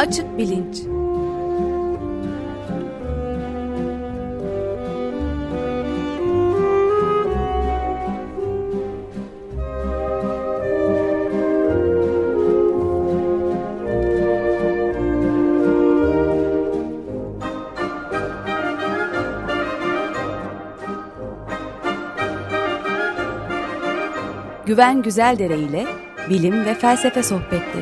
Açık Bilinç. Güven Güzeldere ile bilim ve felsefe sohbetleri.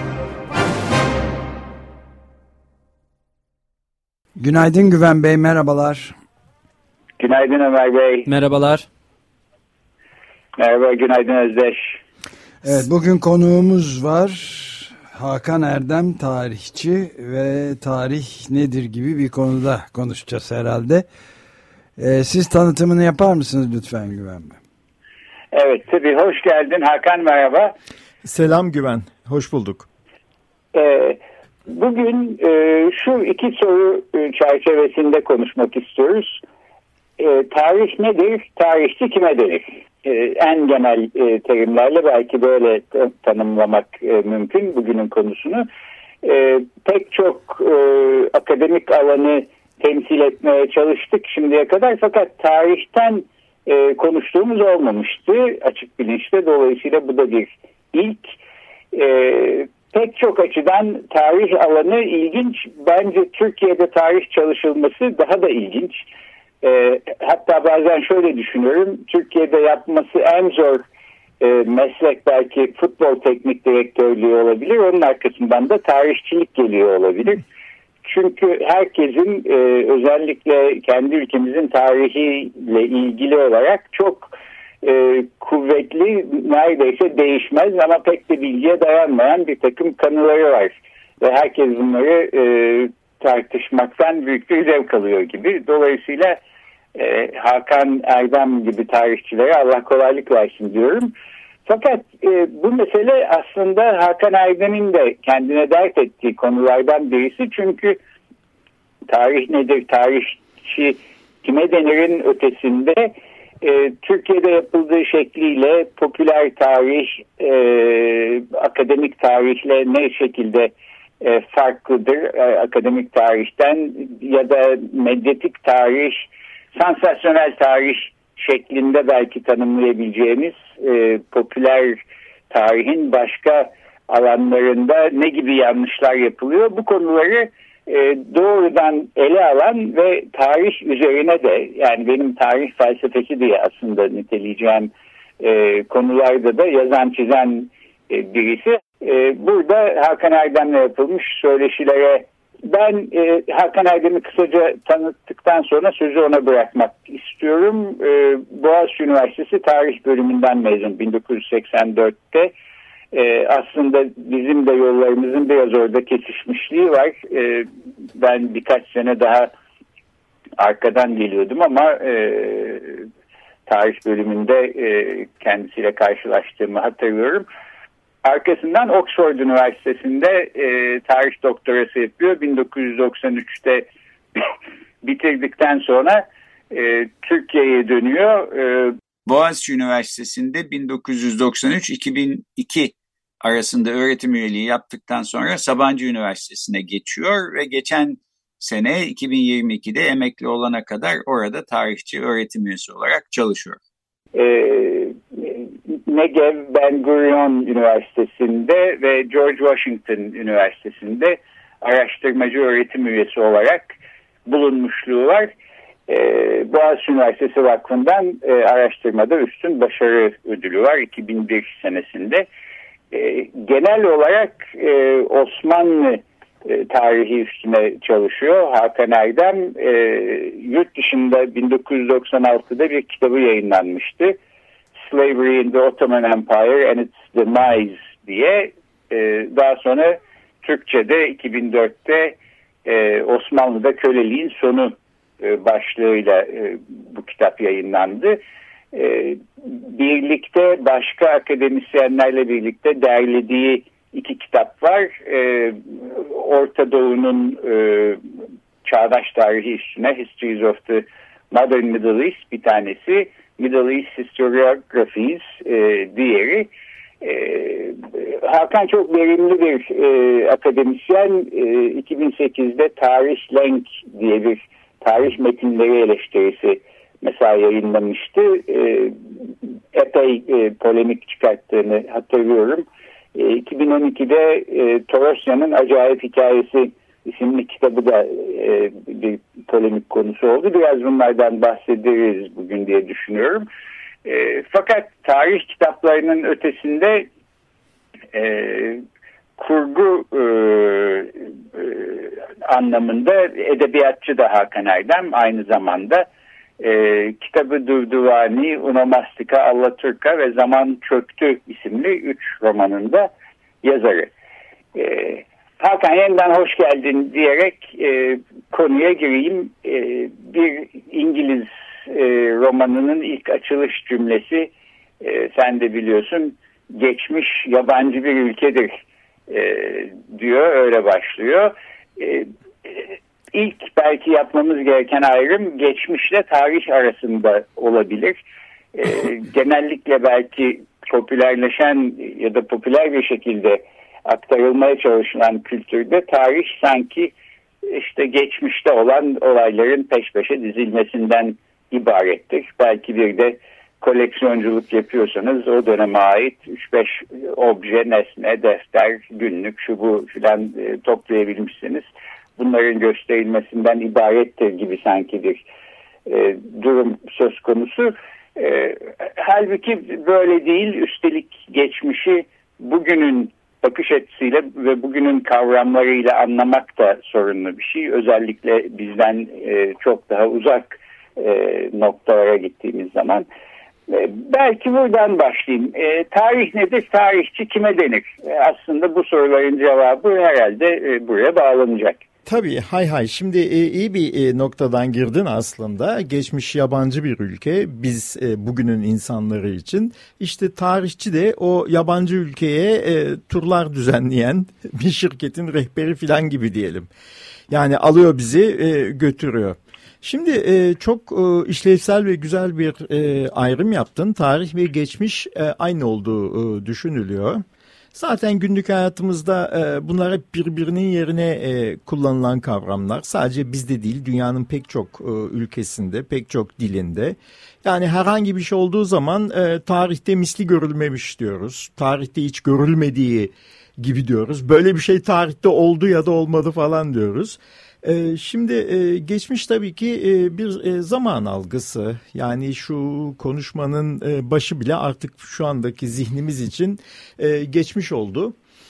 Günaydın Güven Bey, merhabalar. Günaydın Ömer Bey. Merhabalar. Merhaba, günaydın Özdeş. Evet, bugün konuğumuz var. Hakan Erdem, tarihçi ve tarih nedir gibi bir konuda konuşacağız herhalde. Siz tanıtımını yapar mısınız lütfen Güven Bey? Evet, tabii, hoş geldin Hakan, merhaba. Selam Güven, hoş bulduk. Bugün şu iki soru çerçevesinde konuşmak istiyoruz. Tarih nedir, tarihçi kime denir? En genel terimlerle belki böyle tanımlamak mümkün bugünün konusunu. Pek çok akademik alanı temsil etmeye çalıştık şimdiye kadar, fakat tarihten konuştuğumuz olmamıştı açık bilinçte. Dolayısıyla bu da bir ilk. Pek çok açıdan tarih alanı ilginç. Bence Türkiye'de tarih çalışılması daha da ilginç. Hatta bazen şöyle düşünüyorum. Türkiye'de yapması en zor meslek belki futbol teknik direktörlüğü olabilir. Onun arkasından da tarihçilik geliyor olabilir. Çünkü herkesin özellikle kendi ülkemizin tarihiyle ilgili olarak çok kuvvetli, neredeyse değişmez ama pek de bilgiye dayanmayan bir takım kanıları var. Ve herkes bunları tartışmaktan büyük bir zevk alıyor gibi. Dolayısıyla Hakan Erdem gibi tarihçilere Allah kolaylık versin diyorum. Fakat bu mesele aslında Hakan Erdem'in de kendine dert ettiği konulardan birisi. Çünkü tarih nedir, tarihçi kime denir'in ötesinde Türkiye'de yapıldığı şekliyle popüler tarih, akademik tarihle ne şekilde farklıdır akademik tarihten, ya da medyatik tarih, sansasyonel tarih şeklinde belki tanımlayabileceğimiz popüler tarihin başka alanlarında ne gibi yanlışlar yapılıyor, bu konuları doğrudan ele alan ve tarih üzerine de, yani benim tarih felsefesi diye aslında niteleyeceğim konularda da yazan çizen birisi. Burada Hakan Erdem'le yapılmış söyleşilere ben Hakan Erdem'i kısaca tanıttıktan sonra sözü ona bırakmak istiyorum. Boğaziçi Üniversitesi Tarih Bölümünden mezun 1984'te. Aslında bizim de yollarımızın biraz orada kesişmişliği var. Ben birkaç sene daha arkadan geliyordum ama tarih bölümünde kendisiyle karşılaştığımı hatırlıyorum. Arkasından Oxford Üniversitesi'nde tarih doktorası yapıyor. 1993'te bitirdikten sonra Türkiye'ye dönüyor. Boğaziçi Üniversitesi'nde 1993-2002 arasında öğretim üyeliği yaptıktan sonra Sabancı Üniversitesi'ne geçiyor ve geçen sene 2022'de emekli olana kadar orada tarihçi öğretim üyesi olarak çalışıyor. Negev Ben Gurion Üniversitesi'nde ve George Washington Üniversitesi'nde araştırmacı öğretim üyesi olarak bulunmuşluğu var. Boğaziçi Üniversitesi Vakfı'ndan araştırmada üstün başarı ödülü var 2001 senesinde. Genel olarak Osmanlı tarihi üstüne çalışıyor Hakan Erdem. Yurt dışında 1996'da bir kitabı yayınlanmıştı. Slavery in the Ottoman Empire and its Demise diye. Daha sonra Türkçe'de 2004'te Osmanlı'da köleliğin sonu başlığıyla bu kitap yayınlandı. Birlikte başka akademisyenlerle birlikte derlediği iki kitap var. Orta Doğu'nun çağdaş tarihi üstüne Histories of the Modern Middle East bir tanesi, Middle East Historiographies diğeri. Hakan çok verimli bir akademisyen. 2008'de Tarih Lenk diye bir tarih metinleri eleştirisi mesela yayınlamıştı. Epey polemik çıkarttığını hatırlıyorum. 2012'de Torosya'nın Acayip Hikayesi isimli kitabı da bir polemik konusu oldu. Biraz bunlardan bahsederiz bugün diye düşünüyorum. Fakat tarih kitaplarının ötesinde kurgu anlamında edebiyatçı da Hakan Erdem aynı zamanda Kitabı Durduvani, Unomastika, Allaturka ve Zaman Çöktü isimli 3 romanında yazarı. Hakan, yeniden hoş geldin diyerek konuya gireyim. Bir İngiliz romanının ilk açılış cümlesi, sen de biliyorsun, geçmiş yabancı bir ülkedir diyor, öyle başlıyor. İlk belki yapmamız gereken ayrım geçmişle tarih arasında olabilir. Genellikle belki popülerleşen ya da popüler bir şekilde aktarılmaya çalışılan kültürde tarih sanki işte geçmişte olan olayların peş peşe dizilmesinden ibarettir. Belki bir de koleksiyonculuk yapıyorsanız o döneme ait 3-5 obje, nesne, defter, günlük, şu bu filan toplayabilmişsiniz. Bunların gösterilmesinden ibarettir gibi sanki bir durum söz konusu. Halbuki böyle değil. Üstelik geçmişi bugünün bakış açısıyla ve bugünün kavramlarıyla anlamak da sorunlu bir şey. Özellikle bizden çok daha uzak noktalara gittiğimiz zaman. Belki buradan başlayayım. Tarih nedir? Tarihçi kime denir? Aslında bu soruların cevabı herhalde buraya bağlanacak. Tabii, hay. Şimdi iyi bir noktadan girdin aslında. Geçmiş yabancı bir ülke. Biz bugünün insanları için. İşte tarihçi de o yabancı ülkeye turlar düzenleyen bir şirketin rehberi falan gibi diyelim. Yani alıyor bizi, götürüyor. Şimdi çok işlevsel ve güzel bir ayrım yaptın. Tarih ve geçmiş aynı olduğu düşünülüyor. Zaten günlük hayatımızda bunlar hep birbirinin yerine kullanılan kavramlar. Sadece bizde değil, dünyanın pek çok ülkesinde, pek çok dilinde. Yani herhangi bir şey olduğu zaman tarihte misli görülmemiş diyoruz. Tarihte hiç görülmediği gibi diyoruz. Böyle bir şey tarihte oldu ya da olmadı falan diyoruz. Şimdi geçmiş tabii ki bir zaman algısı. Yani şu konuşmanın başı bile artık şu andaki zihnimiz için geçmiş oldu.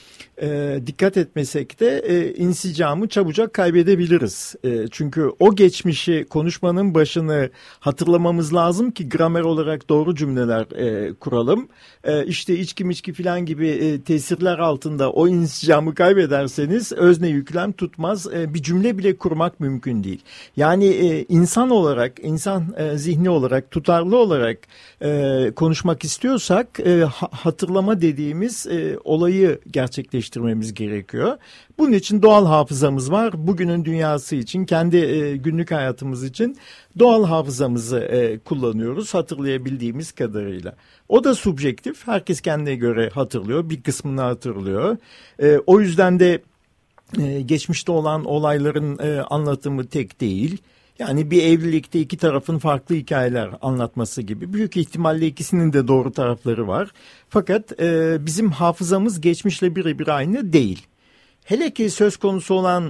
Dikkat etmesek de insicamı çabucak kaybedebiliriz. Çünkü o geçmişi, konuşmanın başını hatırlamamız lazım ki gramer olarak doğru cümleler kuralım. İşte içki filan gibi tesirler altında o insicamı kaybederseniz özne yüklem tutmaz. Bir cümle bile kurmak mümkün değil. Yani insan olarak, insan zihni olarak, tutarlı olarak konuşmak istiyorsak hatırlama dediğimiz olayı gerçekleştirmemiz gerekiyor. Bunun için doğal hafızamız var. Bugünün dünyası için, kendi günlük hayatımız için doğal hafızamızı kullanıyoruz hatırlayabildiğimiz kadarıyla. O da subjektif. Herkes kendine göre hatırlıyor. Bir kısmını hatırlıyor. O yüzden de geçmişte olan olayların anlatımı tek değil. Yani bir evlilikte iki tarafın farklı hikayeler anlatması gibi. Büyük ihtimalle ikisinin de doğru tarafları var. Fakat bizim hafızamız geçmişle birebir aynı değil. Hele ki söz konusu olan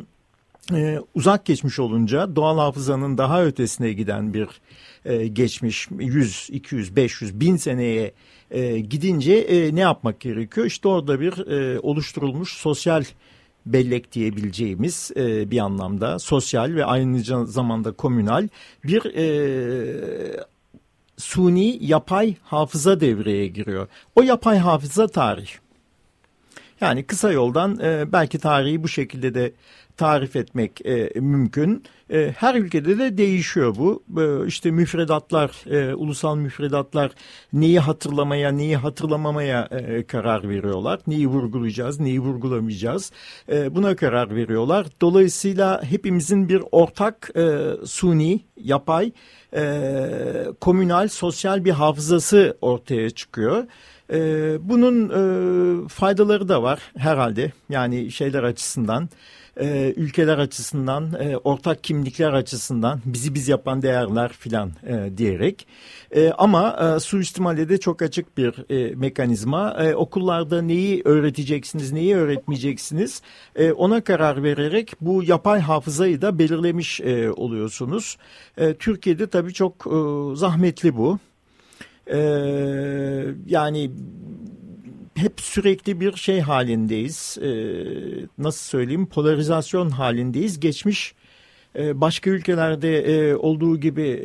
uzak geçmiş olunca doğal hafızanın daha ötesine giden bir geçmiş 100, 200, 500, 1000 seneye gidince ne yapmak gerekiyor? İşte orada bir oluşturulmuş sosyal bellek diyebileceğimiz bir anlamda sosyal ve aynı zamanda komünal bir suni yapay hafıza devreye giriyor. O yapay hafıza tarih. Yani kısa yoldan belki tarihi bu şekilde de tarif etmek mümkün. Her ülkede de değişiyor bu. İşte müfredatlar, ulusal müfredatlar neyi hatırlamaya, neyi hatırlamamaya karar veriyorlar. Neyi vurgulayacağız, neyi vurgulamayacağız. Buna karar veriyorlar. Dolayısıyla hepimizin bir ortak suni, yapay, komünal, sosyal bir hafızası ortaya çıkıyor. Bunun faydaları da var herhalde. Yani şeyler açısından, ülkeler açısından, ortak kimlikler açısından, bizi biz yapan değerler filan diyerek. Ama suistimale de çok açık bir mekanizma. Okullarda neyi öğreteceksiniz, neyi öğretmeyeceksiniz ona karar vererek bu yapay hafızayı da belirlemiş oluyorsunuz. Türkiye'de tabii çok zahmetli bu. Yani hep sürekli bir şey halindeyiz. Nasıl söyleyeyim? Polarizasyon halindeyiz. Geçmiş başka ülkelerde olduğu gibi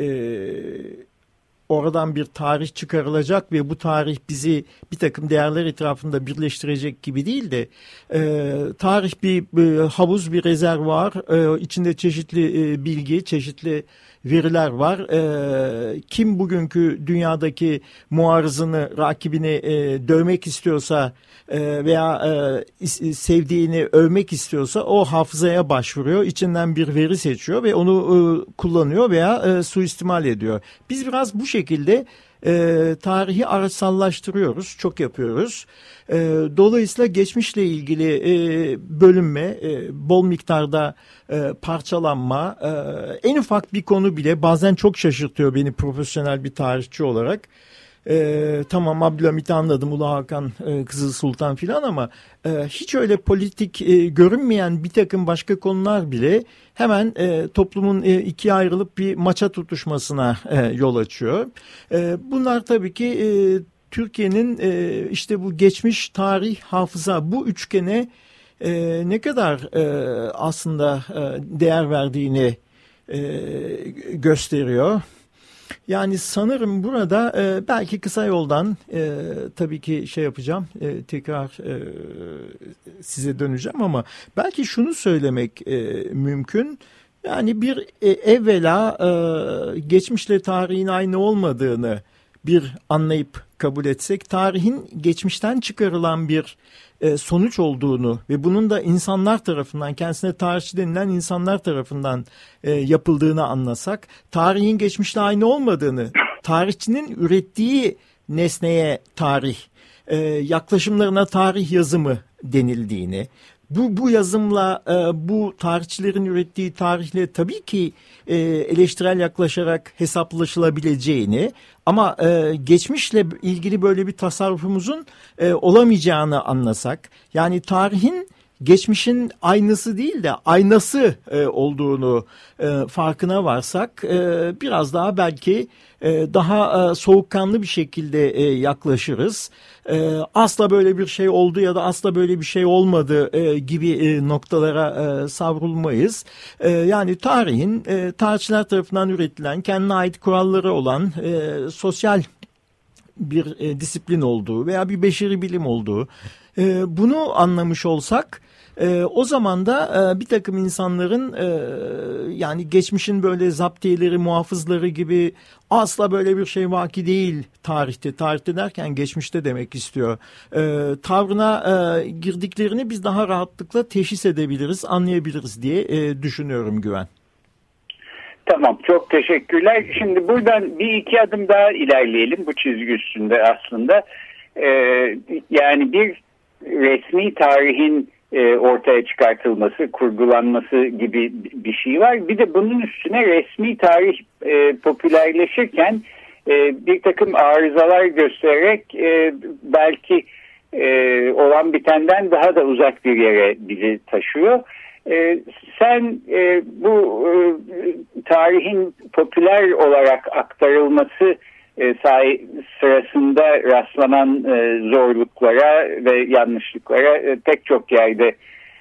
oradan bir tarih çıkarılacak ve bu tarih bizi bir takım değerler etrafında birleştirecek gibi değil de tarih bir havuz, bir rezervuar, içinde çeşitli bilgi, çeşitli veriler var. Kim bugünkü dünyadaki muarızını, rakibini dövmek istiyorsa veya sevdiğini övmek istiyorsa o hafızaya başvuruyor. İçinden bir veri seçiyor ve onu kullanıyor veya suistimal ediyor. Biz biraz bu şekilde tarihi araçsallaştırıyoruz, çok yapıyoruz. Dolayısıyla geçmişle ilgili bölünme, bol miktarda parçalanma, en ufak bir konu bile bazen çok şaşırtıyor beni profesyonel bir tarihçi olarak. Tamam, Abdülhamit'i anladım, Ulu Hakan, Kızıl Sultan filan, ama hiç öyle politik görünmeyen bir takım başka konular bile hemen toplumun ikiye ayrılıp bir maça tutuşmasına yol açıyor. Bunlar tabii ki Türkiye'nin işte bu geçmiş, tarih, hafıza, bu üçgene ne kadar aslında değer verdiğini gösteriyor. Yani sanırım burada belki kısa yoldan tabii ki şey yapacağım, tekrar size döneceğim, ama belki şunu söylemek mümkün. Yani bir evvela geçmişle tarihin aynı olmadığını bir anlayıp kabul etsek, tarihin geçmişten çıkarılan bir sonuç olduğunu ve bunun da insanlar tarafından, kendisine tarihçi denilen insanlar tarafından yapıldığını anlasak, tarihin geçmişle aynı olmadığını, tarihçinin ürettiği nesneye tarih, yaklaşımlarına tarih yazımı denildiğini, bu yazımla, bu tarihçilerin ürettiği tarihle tabii ki eleştirel yaklaşarak hesaplaşılabileceğini, ama geçmişle ilgili böyle bir tasarrufumuzun olamayacağını anlasak, yani tarihin geçmişin aynısı değil de aynası olduğunu farkına varsak, biraz daha belki daha soğukkanlı bir şekilde yaklaşırız. Asla böyle bir şey oldu ya da asla böyle bir şey olmadı gibi noktalara savrulmayız. Yani tarihin tarihçiler tarafından üretilen, kendine ait kuralları olan sosyal bir disiplin olduğu veya bir beşeri bilim olduğu, bunu anlamış olsak, o zaman da bir takım insanların yani geçmişin böyle zaptiyeleri, muhafızları gibi asla böyle bir şey vaki değil tarihte derken geçmişte demek istiyor, tavrına girdiklerini biz daha rahatlıkla teşhis edebiliriz, anlayabiliriz diye düşünüyorum Güven. Tamam, çok teşekkürler. Şimdi buradan bir iki adım daha ilerleyelim bu çizgi üstünde aslında. Yani bir resmi tarihin ortaya çıkartılması, kurgulanması gibi bir şey var. Bir de bunun üstüne resmi tarih popülerleşirken bir takım arızalar göstererek belki olan bitenden daha da uzak bir yere bizi taşıyor. Sen bu tarihin popüler olarak aktarılması sırasında rastlanan zorluklara ve yanlışlıklara pek çok yerde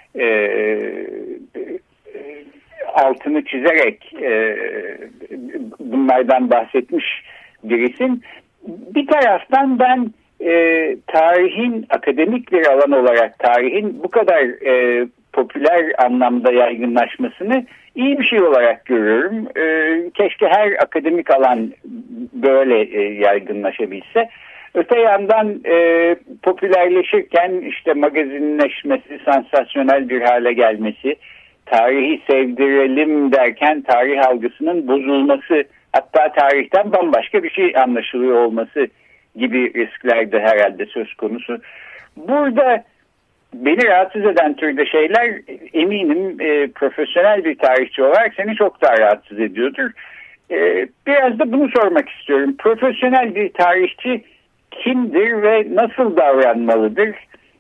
altını çizerek bunlardan bahsetmiş birisin. Bir taraftan ben tarihin, akademik bir alan olarak tarihin bu kadar popüler anlamda yaygınlaşmasını iyi bir şey olarak görüyorum. Keşke her akademik alan böyle yaygınlaşabilse. Öte yandan popülerleşirken işte magazinleşmesi, sansasyonel bir hale gelmesi, tarihi sevdirelim derken tarih algısının bozulması, hatta tarihten bambaşka bir şey anlaşılıyor olması gibi riskler de herhalde söz konusu. Burada beni rahatsız eden türde şeyler eminim profesyonel bir tarihçi olarak seni çok daha rahatsız ediyordur. Biraz da bunu sormak istiyorum. Profesyonel bir tarihçi kimdir ve nasıl davranmalıdır?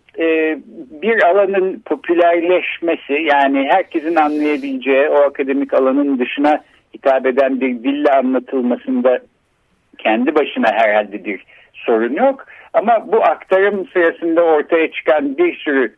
Bir alanın popülerleşmesi, yani herkesin anlayabileceği o akademik alanın dışına hitap eden bir dille anlatılmasında kendi başına herhalde bir sorun yok. Ama bu aktarım sırasında ortaya çıkan bir sürü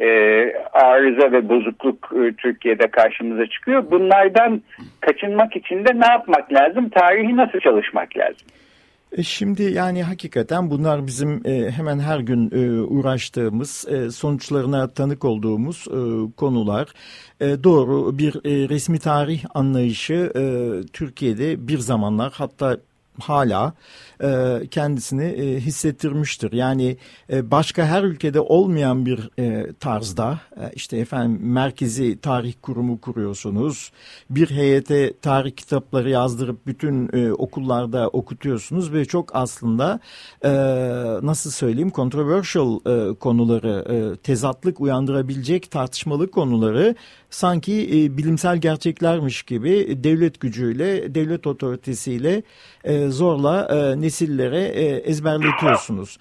arıza ve bozukluk Türkiye'de karşımıza çıkıyor. Bunlardan kaçınmak için de ne yapmak lazım? Tarihi nasıl çalışmak lazım? Şimdi yani hakikaten bunlar bizim hemen her gün uğraştığımız, sonuçlarına tanık olduğumuz konular. Doğru, bir resmi tarih anlayışı Türkiye'de bir zamanlar, hatta hala kendisini hissettirmiştir. Yani başka her ülkede olmayan bir tarzda işte efendim merkezi tarih kurumu kuruyorsunuz. Bir heyete tarih kitapları yazdırıp bütün okullarda okutuyorsunuz ve çok aslında nasıl söyleyeyim, controversial konuları, tezatlık uyandırabilecek tartışmalı konuları sanki bilimsel gerçeklermiş gibi devlet gücüyle, devlet otoritesiyle zorla nesillere ezberletiyorsunuz.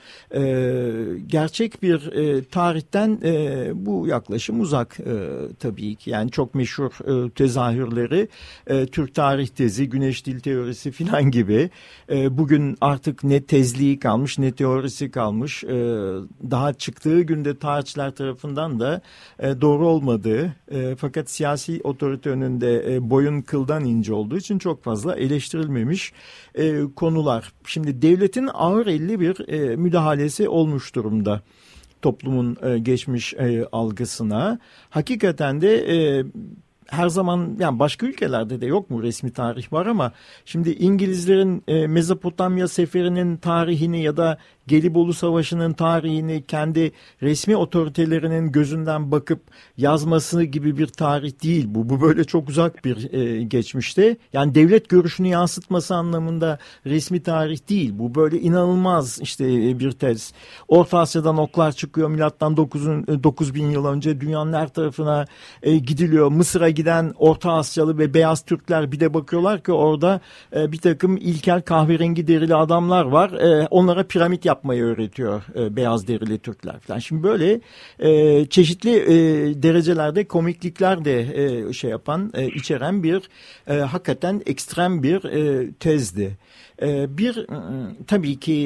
Gerçek bir tarihten bu yaklaşım uzak tabii ki. Yani çok meşhur tezahürleri, Türk tarih tezi, Güneş dil teorisi filan gibi. Bugün artık ne tezliği kalmış ne teorisi kalmış. Daha çıktığı günde tarihçiler tarafından da doğru olmadığı, fakat siyasi otorite önünde boyun kıldan ince olduğu için çok fazla eleştirilmemiş konular. Şimdi devletin ağır elli bir müdahalesi olmuş durumda toplumun geçmiş algısına. Hakikaten de her zaman, yani başka ülkelerde de yok mu resmi tarih var ama şimdi İngilizlerin Mezopotamya seferinin tarihini ya da Gelibolu Savaşı'nın tarihini kendi resmi otoritelerinin gözünden bakıp yazması gibi bir tarih değil bu. Bu böyle çok uzak bir geçmişte. Yani devlet görüşünü yansıtması anlamında resmi tarih değil. Bu böyle inanılmaz işte bir tez. Orta Asya'dan oklar çıkıyor. Milattan 9000 yıl önce dünyanın her tarafına gidiliyor. Mısır'a giden Orta Asyalı ve beyaz Türkler bir de bakıyorlar ki orada bir takım ilkel kahverengi derili adamlar var. Onlara piramit yapmayı öğretiyor beyaz derili Türkler falan. Şimdi böyle çeşitli derecelerde komiklikler de içeren bir hakikaten ekstrem bir tezdi. Bir tabii ki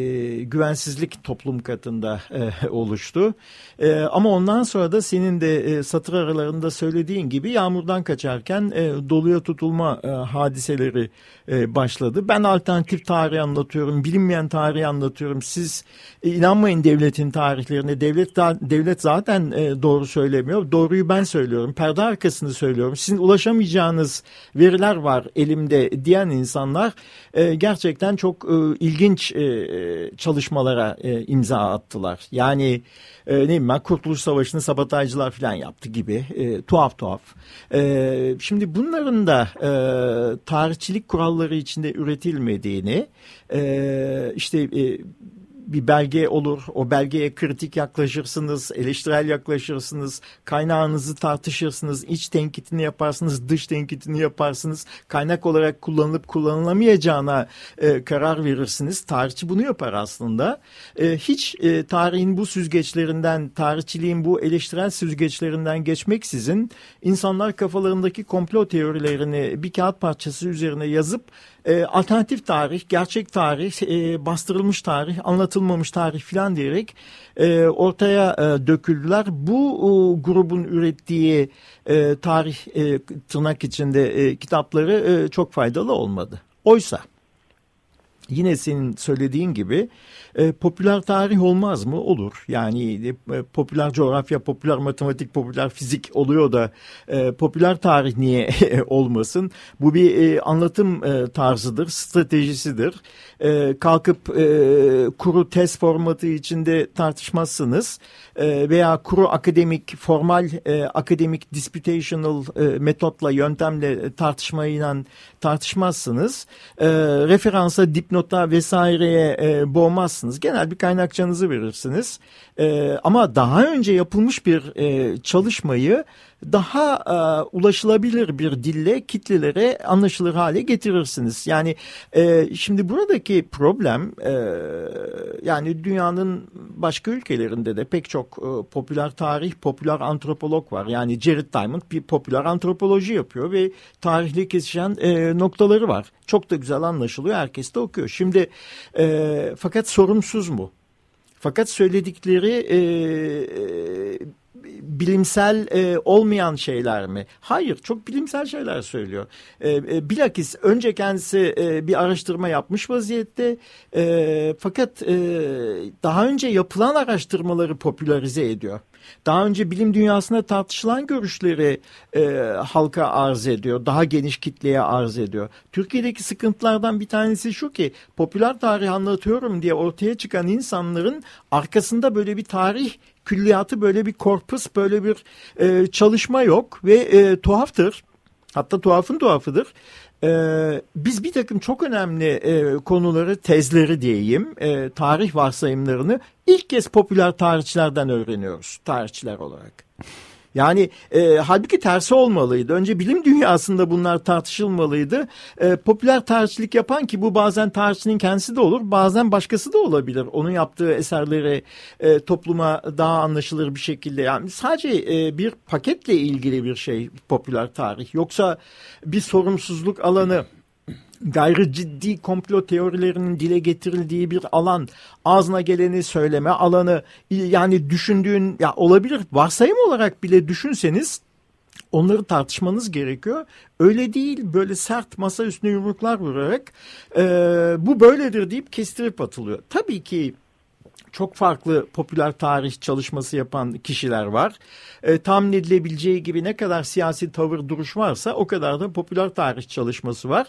güvensizlik toplum katında oluştu. Ama ondan sonra da senin de satır aralarında söylediğin gibi yağmurdan kaçarken doluya tutulma hadiseleri başladı. Ben alternatif tarih anlatıyorum, bilinmeyen tarih anlatıyorum. Siz inanmayın devletin tarihlerine. Devlet zaten doğru söylemiyor. Doğruyu ben söylüyorum. Perde arkasını söylüyorum. Sizin ulaşamayacağınız veriler var elimde diyen insanlar gerçekten çok ilginç çalışmalara imza attılar. Yani ne bileyim ben, Kurtuluş Savaşı'nı sabotajcılar falan yaptı gibi tuhaf. Şimdi bunların da tarihçilik kuralları içinde üretilmediğini, bir belge olur, o belgeye kritik yaklaşırsınız, eleştirel yaklaşırsınız, kaynağınızı tartışırsınız, iç tenkitini yaparsınız, dış tenkitini yaparsınız, kaynak olarak kullanılıp kullanılamayacağına karar verirsiniz. Tarihçi bunu yapar aslında. Hiç tarihin bu süzgeçlerinden, tarihçiliğin bu eleştirel süzgeçlerinden geçmeksizin insanlar kafalarındaki komplo teorilerini bir kağıt parçası üzerine yazıp alternatif tarih, gerçek tarih, bastırılmış tarih, anlatılmamış tarih filan diyerek ortaya döküldüler. Bu grubun ürettiği tarih tırnak içinde kitapları çok faydalı olmadı. Oysa yine senin söylediğin gibi popüler tarih olmaz mı? Olur. Yani popüler coğrafya, popüler matematik, popüler fizik oluyor da popüler tarih niye olmasın? Bu bir anlatım tarzıdır, stratejisidir. Kalkıp kuru test formatı içinde tartışmazsınız veya kuru akademik, formal akademik disputational metotla, yöntemle tartışmazsınız. Referansa, dipnota vesaireye boğmazsınız. Genel bir kaynakçanızı verirsiniz. Ama daha önce yapılmış bir çalışmayı daha ulaşılabilir bir dille kitlelere anlaşılır hale getirirsiniz. Yani şimdi buradaki problem yani dünyanın başka ülkelerinde de pek çok popüler tarih, popüler antropolog var. Yani Jared Diamond bir popüler antropoloji yapıyor ve tarihle kesişen noktaları var. Çok da güzel anlaşılıyor. Herkes de okuyor. Şimdi fakat sorumsuz mu? Fakat söyledikleri bilimsel olmayan şeyler mi? Hayır, çok bilimsel şeyler söylüyor. Bilakis önce kendisi bir araştırma yapmış vaziyette. Fakat daha önce yapılan araştırmaları popülerize ediyor. Daha önce bilim dünyasında tartışılan görüşleri halka arz ediyor. Daha geniş kitleye arz ediyor. Türkiye'deki sıkıntılardan bir tanesi şu ki popüler tarih anlatıyorum diye ortaya çıkan insanların arkasında böyle bir tarih külliyatı, böyle bir korpus, böyle bir çalışma yok ve tuhaftır. Hatta tuhafın tuhafıdır. Biz bir takım çok önemli konuları, tezleri diyeyim, tarih varsayımlarını ilk kez popüler tarihçilerden öğreniyoruz tarihçiler olarak. Yani halbuki tersi olmalıydı. Önce bilim dünyasında bunlar tartışılmalıydı. Popüler tarihçilik yapan, ki bu bazen tarihçinin kendisi de olur, bazen başkası da olabilir. Onun yaptığı eserleri topluma daha anlaşılır bir şekilde. Yani sadece bir paketle ilgili bir şey popüler tarih. Yoksa bir sorumsuzluk alanı, gayri ciddi komplo teorilerinin dile getirildiği bir alan, ağzına geleni söyleme alanı, yani düşündüğün, ya olabilir, varsayım olarak bile düşünseniz onları tartışmanız gerekiyor. Öyle değil, böyle sert masa üstüne yumruklar vurarak bu böyledir deyip kestirip atılıyor. Tabii ki çok farklı popüler tarih çalışması yapan kişiler var. Tahmin edilebileceği gibi ne kadar siyasi tavır, duruş varsa o kadar da popüler tarih çalışması var.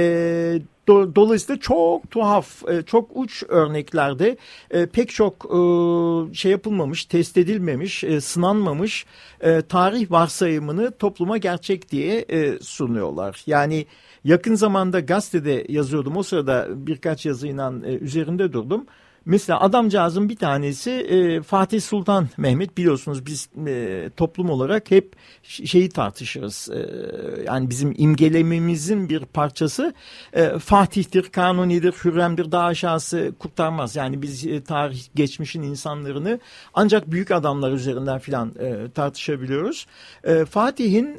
Dolayısıyla çok tuhaf, çok uç örneklerde pek çok şey yapılmamış, test edilmemiş, sınanmamış tarih varsayımını topluma gerçek diye sunuyorlar. Yani yakın zamanda gazetede yazıyordum. O sırada birkaç yazıyla üzerinde durdum. Mesela adamcağızın bir tanesi Fatih Sultan Mehmet, biliyorsunuz biz toplum olarak hep şeyi tartışırız. Yani bizim imgelememizin bir parçası Fatih'tir, Kanuni'dir, Hürrem'dir, daha aşağısı kurtarmaz. Yani biz tarih geçmişin insanlarını ancak büyük adamlar üzerinden filan tartışabiliyoruz. Fatih'in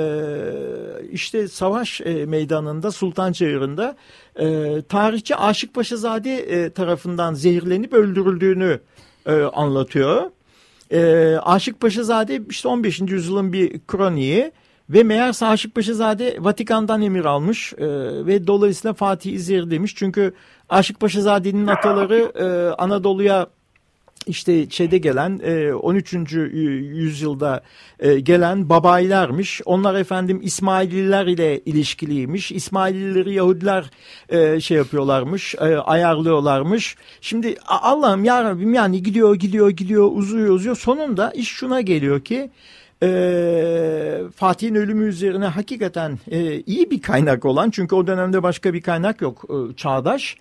işte savaş meydanında, Sultan Çayırı'nda tarihçi Aşık Paşazade tarafından zehirlenip öldürüldüğünü anlatıyor. Aşık Paşazade işte 15. yüzyılın bir kroniği ve meğerse Aşık Paşazade Vatikan'dan emir almış ve dolayısıyla Fatih'i zehirlemiş. Çünkü Aşık Paşazade'nin ataları Anadolu'ya işte şeyde gelen 13. yüzyılda gelen babayilermiş. Onlar efendim İsmaililer ile ilişkiliymiş. İsmailileri Yahudiler şey yapıyorlarmış, ayarlıyorlarmış. Şimdi Allah'ım ya Rabbim, yani gidiyor uzuyor. Sonunda iş şuna geliyor ki Fatih'in ölümü üzerine hakikaten iyi bir kaynak olan, çünkü o dönemde başka bir kaynak yok çağdaş.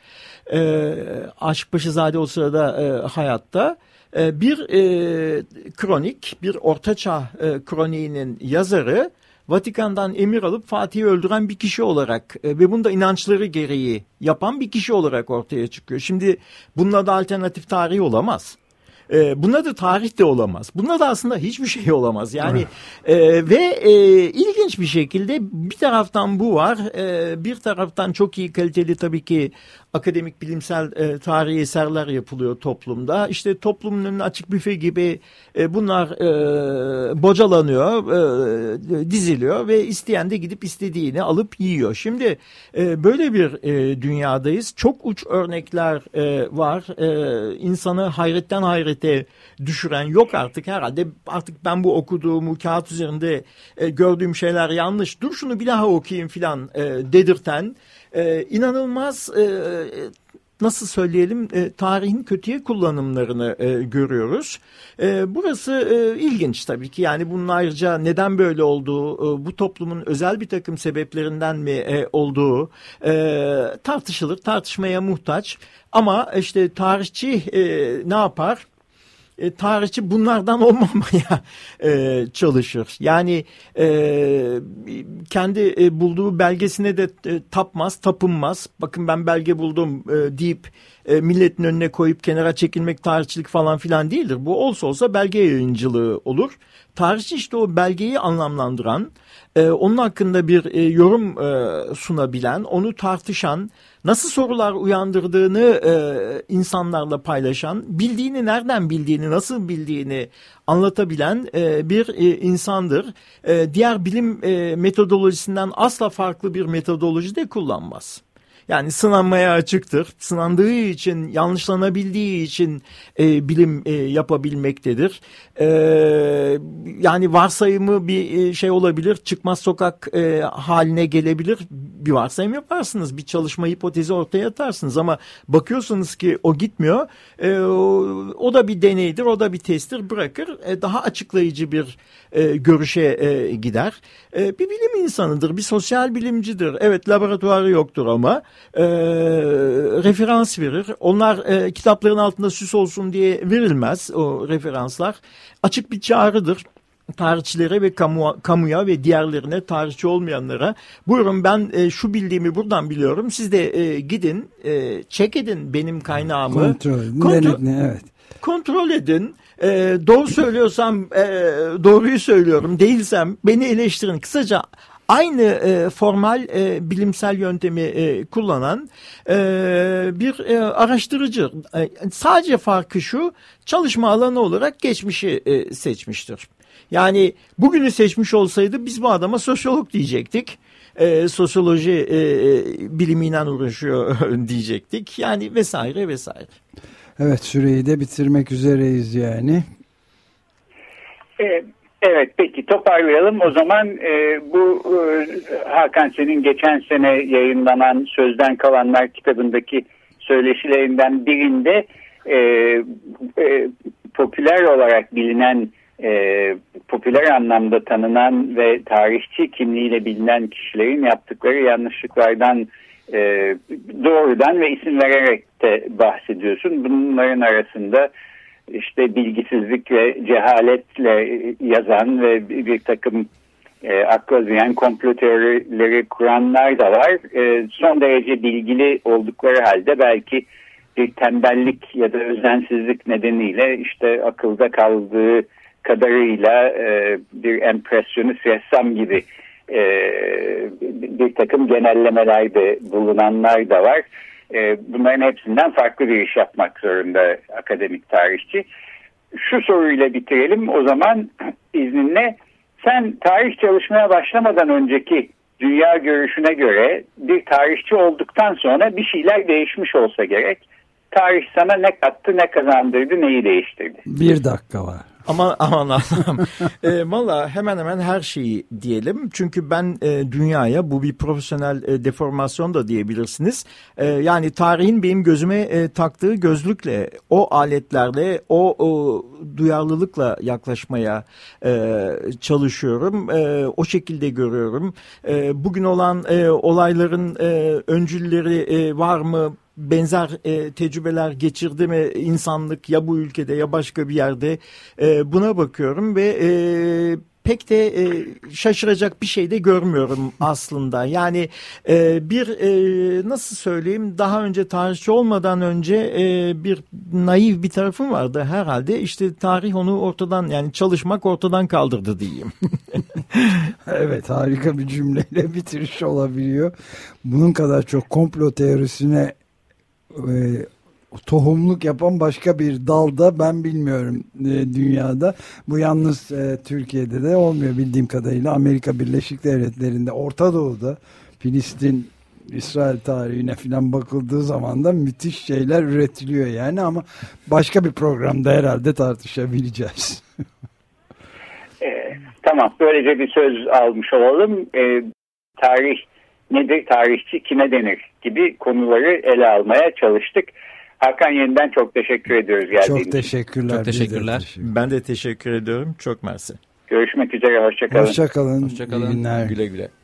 Aşık Paşazade o sırada hayatta. Bir kronik, bir ortaçağ kroniğinin yazarı Vatikan'dan emir alıp Fatih'i öldüren bir kişi olarak ve bunu da inançları gereği yapan bir kişi olarak ortaya çıkıyor. Şimdi bununla da alternatif tarih olamaz. Bunda da tarih de olamaz. Bunda da aslında hiçbir şey olamaz. Yani ve ilginç bir şekilde bir taraftan bu var. Bir taraftan çok iyi kaliteli tabii ki akademik bilimsel tarihi eserler yapılıyor toplumda. İşte toplumun önüne açık büfe gibi bunlar bocalanıyor, diziliyor ve isteyen de gidip istediğini alıp yiyor. Şimdi böyle bir dünyadayız. Çok uç örnekler var. İnsanı hayretten hayrete düşüren yok artık herhalde. Artık ben bu okuduğumu kağıt üzerinde gördüğüm şeyler yanlış. Dur şunu bir daha okuyayım filan dedirten inanılmaz nasıl söyleyelim tarihin kötüye kullanımlarını görüyoruz. Burası ilginç tabii ki. Yani bunun ayrıca neden böyle olduğu, bu toplumun özel bir takım sebeplerinden mi olduğu tartışılır, tartışmaya muhtaç. Ama işte tarihçi ne yapar? Tarihçi bunlardan olmamaya çalışır. Yani kendi bulduğu belgesine de tapınmaz. Bakın ben belge buldum deyip milletin önüne koyup kenara çekilmek tarihçilik falan filan değildir. Bu olsa belge yayıncılığı olur. Tarihçi işte o belgeyi anlamlandıran, onun hakkında bir yorum sunabilen, onu tartışan, nasıl sorular uyandırdığını insanlarla paylaşan, bildiğini, nereden bildiğini, nasıl bildiğini anlatabilen bir insandır. Diğer bilim metodolojisinden asla farklı bir metodoloji de kullanmaz. Yani sınanmaya açıktır. Sınandığı için, yanlışlanabildiği için bilim yapabilmektedir. Yani varsayımı bir şey olabilir. Çıkmaz sokak haline gelebilir. Bir varsayım yaparsınız. Bir çalışma hipotezi ortaya atarsınız. Ama bakıyorsunuz ki o gitmiyor. O da bir deneydir, o da bir testtir, bırakır. Daha açıklayıcı bir görüşe gider. Bir bilim insanıdır, bir sosyal bilimcidir. Evet, laboratuvarı yoktur ama referans verir. Onlar kitapların altında süs olsun diye verilmez o referanslar. Açık bir çağrıdır tarihçilere ve kamuya ve diğerlerine, tarihçi olmayanlara. Buyurun, ben şu bildiğimi buradan biliyorum. Siz de gidin, check edin benim kaynağımı. Kontrol edin. Doğru söylüyorsam doğruyu söylüyorum. Değilsem beni eleştirin. Kısaca aynı formal bilimsel yöntemi kullanan bir araştırıcı. Sadece farkı şu: çalışma alanı olarak geçmişi seçmiştir. Yani bugünü seçmiş olsaydı biz bu adama sosyolog diyecektik. Sosyoloji bilimiyle uğraşıyor diyecektik. Yani vesaire vesaire. Evet, süreyi de bitirmek üzereyiz yani. Evet, peki toparlayalım. O zaman bu Hakan, senin geçen sene yayınlanan Sözden Kalanlar kitabındaki söyleşilerinden birinde popüler olarak bilinen, popüler anlamda tanınan ve tarihçi kimliğiyle bilinen kişilerin yaptıkları yanlışlıklardan doğrudan ve isim vererek de bahsediyorsun. Bunların arasında işte bilgisizlik ve cehaletle yazan ve bir takım akla ziyan komplo teorileri kuranlar da var. Son derece bilgili oldukları halde belki bir tembellik ya da özensizlik nedeniyle işte akılda kaldığı kadarıyla bir empresyonist ressam gibi bir takım genellemelerde bulunanlar da var. Bunların hepsinden farklı bir iş yapmak zorunda akademik tarihçi. Şu soruyla bitirelim o zaman izninle. Sen tarih çalışmaya başlamadan önceki dünya görüşüne göre bir tarihçi olduktan sonra bir şeyler değişmiş olsa gerek. Tarih sana ne kattı, ne kazandırdı, neyi değiştirdi? Bir dakika var. Aman valla hemen hemen her şeyi diyelim. Çünkü ben dünyaya, bu bir profesyonel deformasyon da diyebilirsiniz. Yani tarihin benim gözüme taktığı gözlükle, o aletlerle, o duyarlılıkla yaklaşmaya çalışıyorum. O şekilde görüyorum. Bugün olan olayların öncülleri var mı? Benzer tecrübeler geçirdi mi insanlık, ya bu ülkede ya başka bir yerde, buna bakıyorum ve pek de şaşıracak bir şey de görmüyorum aslında. Yani nasıl söyleyeyim, daha önce tarihçi olmadan önce bir naif bir tarafım vardı herhalde. İşte tarih onu ortadan, yani çalışmak ortadan kaldırdı diyeyim. Evet, harika bir cümleyle bitiriş olabiliyor. Bunun kadar çok komplo teorisine tohumluk yapan başka bir dalda ben bilmiyorum dünyada. Bu yalnız Türkiye'de de olmuyor bildiğim kadarıyla. Amerika Birleşik Devletleri'nde, Orta Doğu'da, Filistin, İsrail tarihine falan bakıldığı zaman da müthiş şeyler üretiliyor yani, ama başka bir programda herhalde tartışabileceğiz. Tamam, böylece bir söz almış olalım. Tarih nedir, tarihçi kime denir gibi konuları ele almaya çalıştık. Hakan, yeniden çok teşekkür ediyoruz geldiğiniz için. Çok teşekkürler. Çok teşekkürler. Ben de teşekkür ediyorum. Çok mersi. Görüşmek üzere, hoşça kalın. Hoşça kalın. Hoşça kalın. İyi günler. Güle güle.